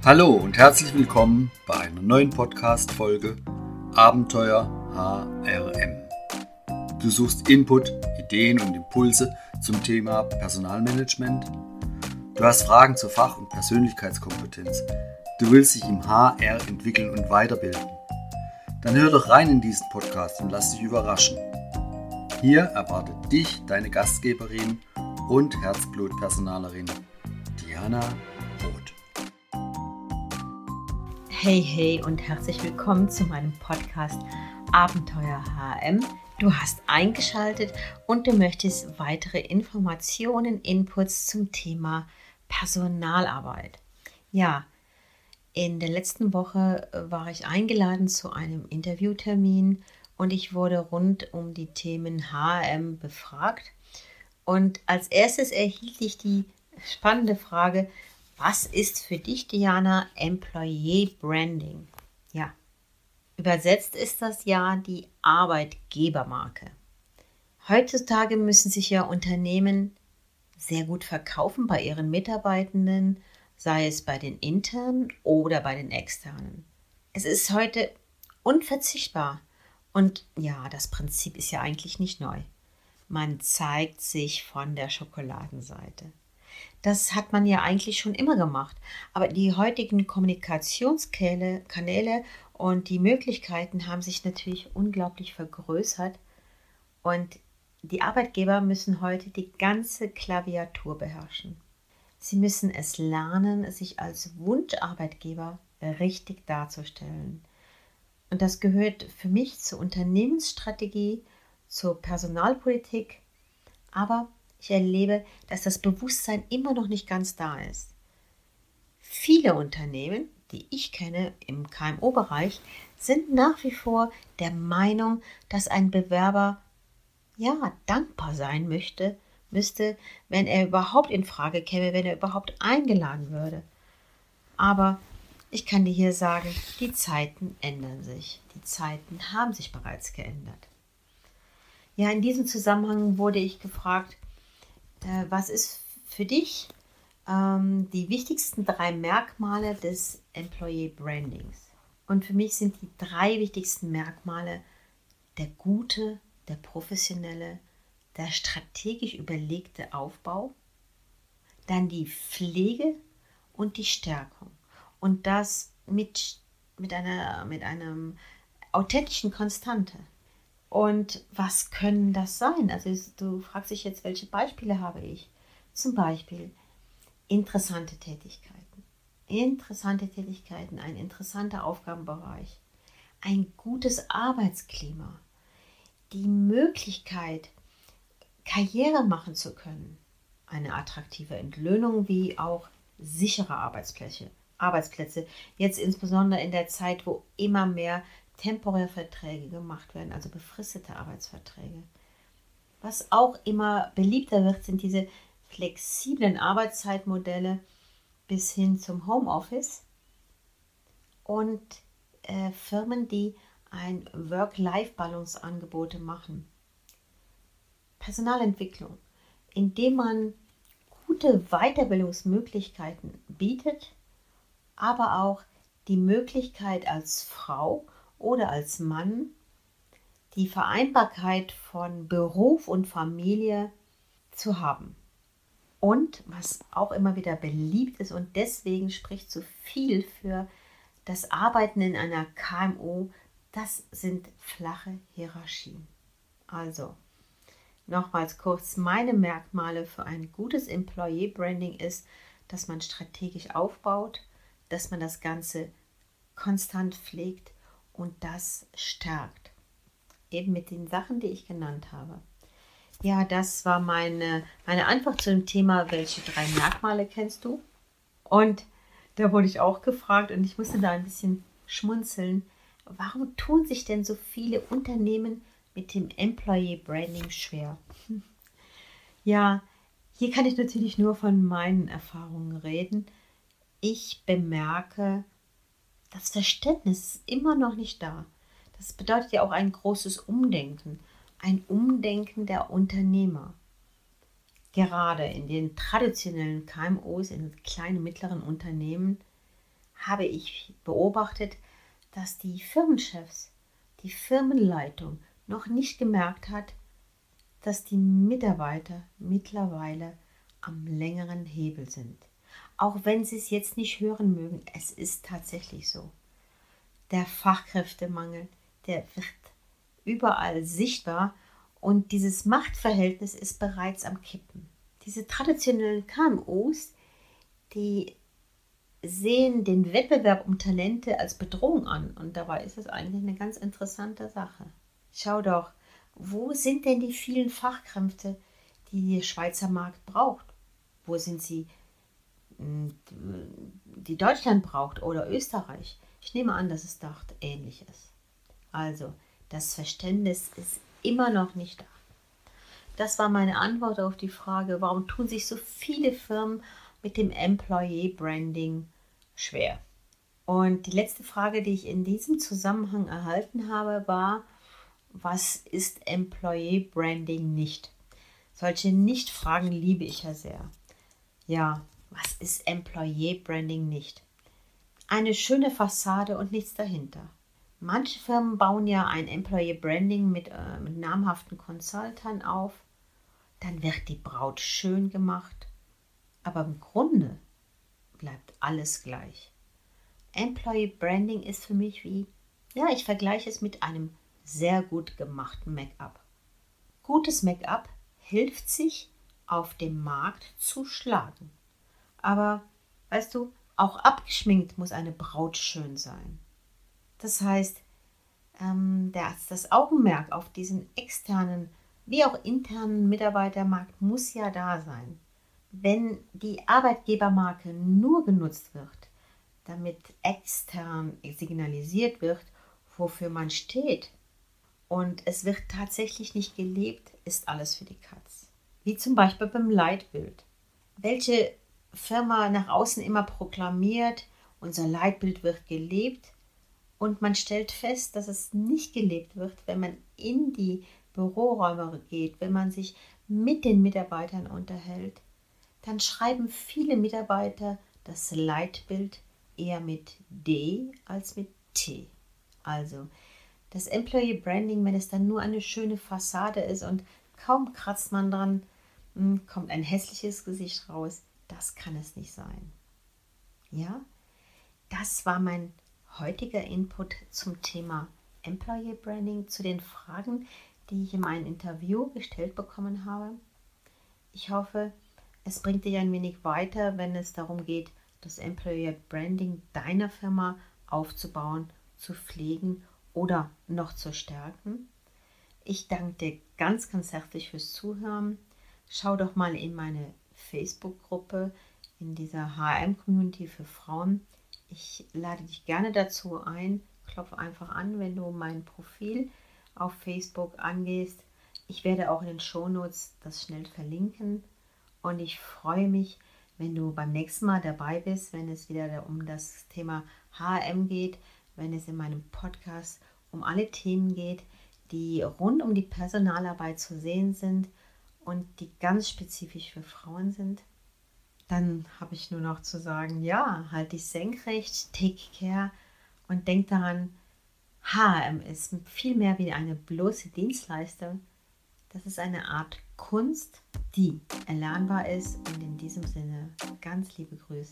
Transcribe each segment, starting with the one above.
Hallo und herzlich willkommen bei einer neuen Podcast-Folge Abenteuer HRM. Du suchst Input, Ideen und Impulse zum Thema Personalmanagement. Du hast Fragen zur Fach- und Persönlichkeitskompetenz. Du willst dich im HR entwickeln und weiterbilden. Dann hör doch rein in diesen Podcast und lass dich überraschen. Hier erwartet dich deine Gastgeberin und Herzblutpersonalerin Diana Roth. Hey und herzlich willkommen zu meinem Podcast Abenteuer HRM. Du hast eingeschaltet und du möchtest weitere Informationen, Inputs zum Thema Personalarbeit. Ja, in der letzten Woche war ich eingeladen zu einem Interviewtermin und ich wurde rund um die Themen HRM befragt. Und als erstes erhielt ich die spannende Frage: Was ist für dich, Diana, Employee Branding? Ja, übersetzt ist das ja die Arbeitgebermarke. Heutzutage müssen sich ja Unternehmen sehr gut verkaufen bei ihren Mitarbeitenden, sei es bei den internen oder bei den externen. Es ist heute unverzichtbar und ja, das Prinzip ist ja eigentlich nicht neu. Man zeigt sich von der Schokoladenseite. Das hat man ja eigentlich schon immer gemacht. Aber die heutigen Kommunikationskanäle und die Möglichkeiten haben sich natürlich unglaublich vergrößert. Und die Arbeitgeber müssen heute die ganze Klaviatur beherrschen. Sie müssen es lernen, sich als Wunscharbeitgeber richtig darzustellen. Und das gehört für mich zur Unternehmensstrategie, zur Personalpolitik, aber ich erlebe, dass das Bewusstsein immer noch nicht ganz da ist. Viele Unternehmen, die ich kenne im KMU-Bereich, sind nach wie vor der Meinung, dass ein Bewerber dankbar sein müsste, wenn er überhaupt in Frage käme, wenn er überhaupt eingeladen würde. Aber ich kann dir hier sagen, die Zeiten ändern sich. Die Zeiten haben sich bereits geändert. Ja, in diesem Zusammenhang wurde ich gefragt, was ist für dich die wichtigsten 3 Merkmale des Employee Brandings? Und für mich sind die 3 wichtigsten Merkmale der gute, der professionelle, der strategisch überlegte Aufbau, dann die Pflege und die Stärkung. Und das mit einem authentischen Konstante. Und was können das sein? Also du fragst dich jetzt, welche Beispiele habe ich? Zum Beispiel interessante Tätigkeiten, ein interessanter Aufgabenbereich, ein gutes Arbeitsklima, die Möglichkeit, Karriere machen zu können, eine attraktive Entlöhnung wie auch sichere Arbeitsplätze, jetzt insbesondere in der Zeit, wo immer mehr temporäre Verträge gemacht werden, also befristete Arbeitsverträge. Was auch immer beliebter wird, sind diese flexiblen Arbeitszeitmodelle bis hin zum Homeoffice und Firmen, die ein Work-Life-Balance-Angebote machen. Personalentwicklung, indem man gute Weiterbildungsmöglichkeiten bietet, aber auch die Möglichkeit als Frau oder als Mann die Vereinbarkeit von Beruf und Familie zu haben. Und was auch immer wieder beliebt ist und deswegen spricht so viel für das Arbeiten in einer KMU, das sind flache Hierarchien. Also, nochmals kurz, meine Merkmale für ein gutes Employee Branding ist, dass man strategisch aufbaut, dass man das Ganze konstant pflegt und das stärkt. Eben mit den Sachen, die ich genannt habe. Ja, das war meine Antwort zu dem Thema, welche 3 Merkmale kennst du? Und da wurde ich auch gefragt und ich musste da ein bisschen schmunzeln. Warum tun sich denn so viele Unternehmen mit dem Employee Branding schwer? Ja, hier kann ich natürlich nur von meinen Erfahrungen reden. Ich bemerke, das Verständnis ist immer noch nicht da. Das bedeutet ja auch ein großes Umdenken, ein Umdenken der Unternehmer. Gerade in den traditionellen KMUs, in kleinen und mittleren Unternehmen, habe ich beobachtet, dass die Firmenchefs, die Firmenleitung noch nicht gemerkt hat, dass die Mitarbeiter mittlerweile am längeren Hebel sind. Auch wenn sie es jetzt nicht hören mögen, es ist tatsächlich so. Der Fachkräftemangel, der wird überall sichtbar und dieses Machtverhältnis ist bereits am Kippen. Diese traditionellen KMUs, die sehen den Wettbewerb um Talente als Bedrohung an und dabei ist es eigentlich eine ganz interessante Sache. Schau doch, wo sind denn die vielen Fachkräfte, die der Schweizer Markt braucht? Wo sind sie, die Deutschland braucht oder Österreich? Ich nehme an, dass es dort ähnlich ist. Also, das Verständnis ist immer noch nicht da. Das war meine Antwort auf die Frage, warum tun sich so viele Firmen mit dem Employee Branding schwer? Und die letzte Frage, die ich in diesem Zusammenhang erhalten habe, war, was ist Employee Branding nicht? Solche Nicht-Fragen liebe ich ja sehr. Ja, was ist Employee Branding nicht? Eine schöne Fassade und nichts dahinter. Manche Firmen bauen ja ein Employee Branding mit namhaften Consultern auf. Dann wird die Braut schön gemacht. Aber im Grunde bleibt alles gleich. Employee Branding ist für mich wie, ich vergleiche es mit einem sehr gut gemachten Make-up. Gutes Make-up hilft sich, auf dem Markt zu schlagen. Aber, weißt du, auch abgeschminkt muss eine Braut schön sein. Das heißt, das Augenmerk auf diesen externen wie auch internen Mitarbeitermarkt muss ja da sein. Wenn die Arbeitgebermarke nur genutzt wird, damit extern signalisiert wird, wofür man steht, und es wird tatsächlich nicht gelebt, ist alles für die Katz. Wie zum Beispiel beim Leitbild. Welche Firma nach außen immer proklamiert, unser Leitbild wird gelebt, und man stellt fest, dass es nicht gelebt wird, wenn man in die Büroräume geht, wenn man sich mit den Mitarbeitern unterhält, dann schreiben viele Mitarbeiter das Leitbild eher mit D als mit T. Also das Employee Branding, wenn es dann nur eine schöne Fassade ist und kaum kratzt man dran, kommt ein hässliches Gesicht raus, das kann es nicht sein. Ja, das war mein heutiger Input zum Thema Employee Branding, zu den Fragen, die ich in meinem Interview gestellt bekommen habe. Ich hoffe, es bringt dich ein wenig weiter, wenn es darum geht, das Employee Branding deiner Firma aufzubauen, zu pflegen oder noch zu stärken. Ich danke dir ganz, ganz herzlich fürs Zuhören. Schau doch mal in meine Facebook-Gruppe, in dieser HRM-Community für Frauen. Ich lade dich gerne dazu ein. Klopfe einfach an, wenn du mein Profil auf Facebook angehst. Ich werde auch in den Shownotes das schnell verlinken. Und ich freue mich, wenn du beim nächsten Mal dabei bist, wenn es wieder um das Thema HRM geht, wenn es in meinem Podcast um alle Themen geht, die rund um die Personalarbeit zu sehen sind und die ganz spezifisch für Frauen sind. Dann habe ich nur noch zu sagen, halt dich senkrecht, take care und denk daran, HRM ist viel mehr wie eine bloße Dienstleistung. Das ist eine Art Kunst, die erlernbar ist. Und in diesem Sinne, ganz liebe Grüße,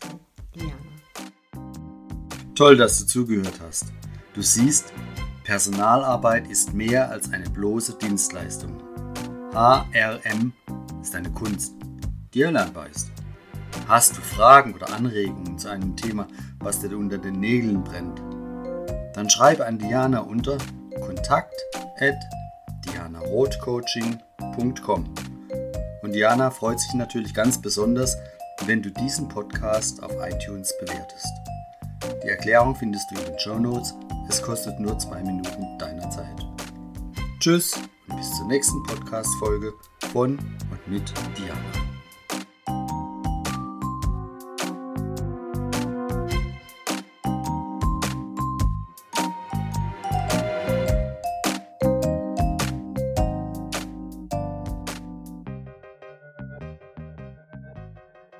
Diana. Toll, dass du zugehört hast. Du siehst, Personalarbeit ist mehr als eine bloße Dienstleistung. HRM ist eine Kunst, die erlernbar ist. Hast du Fragen oder Anregungen zu einem Thema, was dir unter den Nägeln brennt? Dann schreibe an Diana unter kontakt@dianarothcoaching.com. Und Diana freut sich natürlich ganz besonders, wenn du diesen Podcast auf iTunes bewertest. Die Erklärung findest du in den Shownotes. Es kostet nur 2 Minuten deiner Zeit. Tschüss und bis zur nächsten Podcast-Folge von und mit Diana.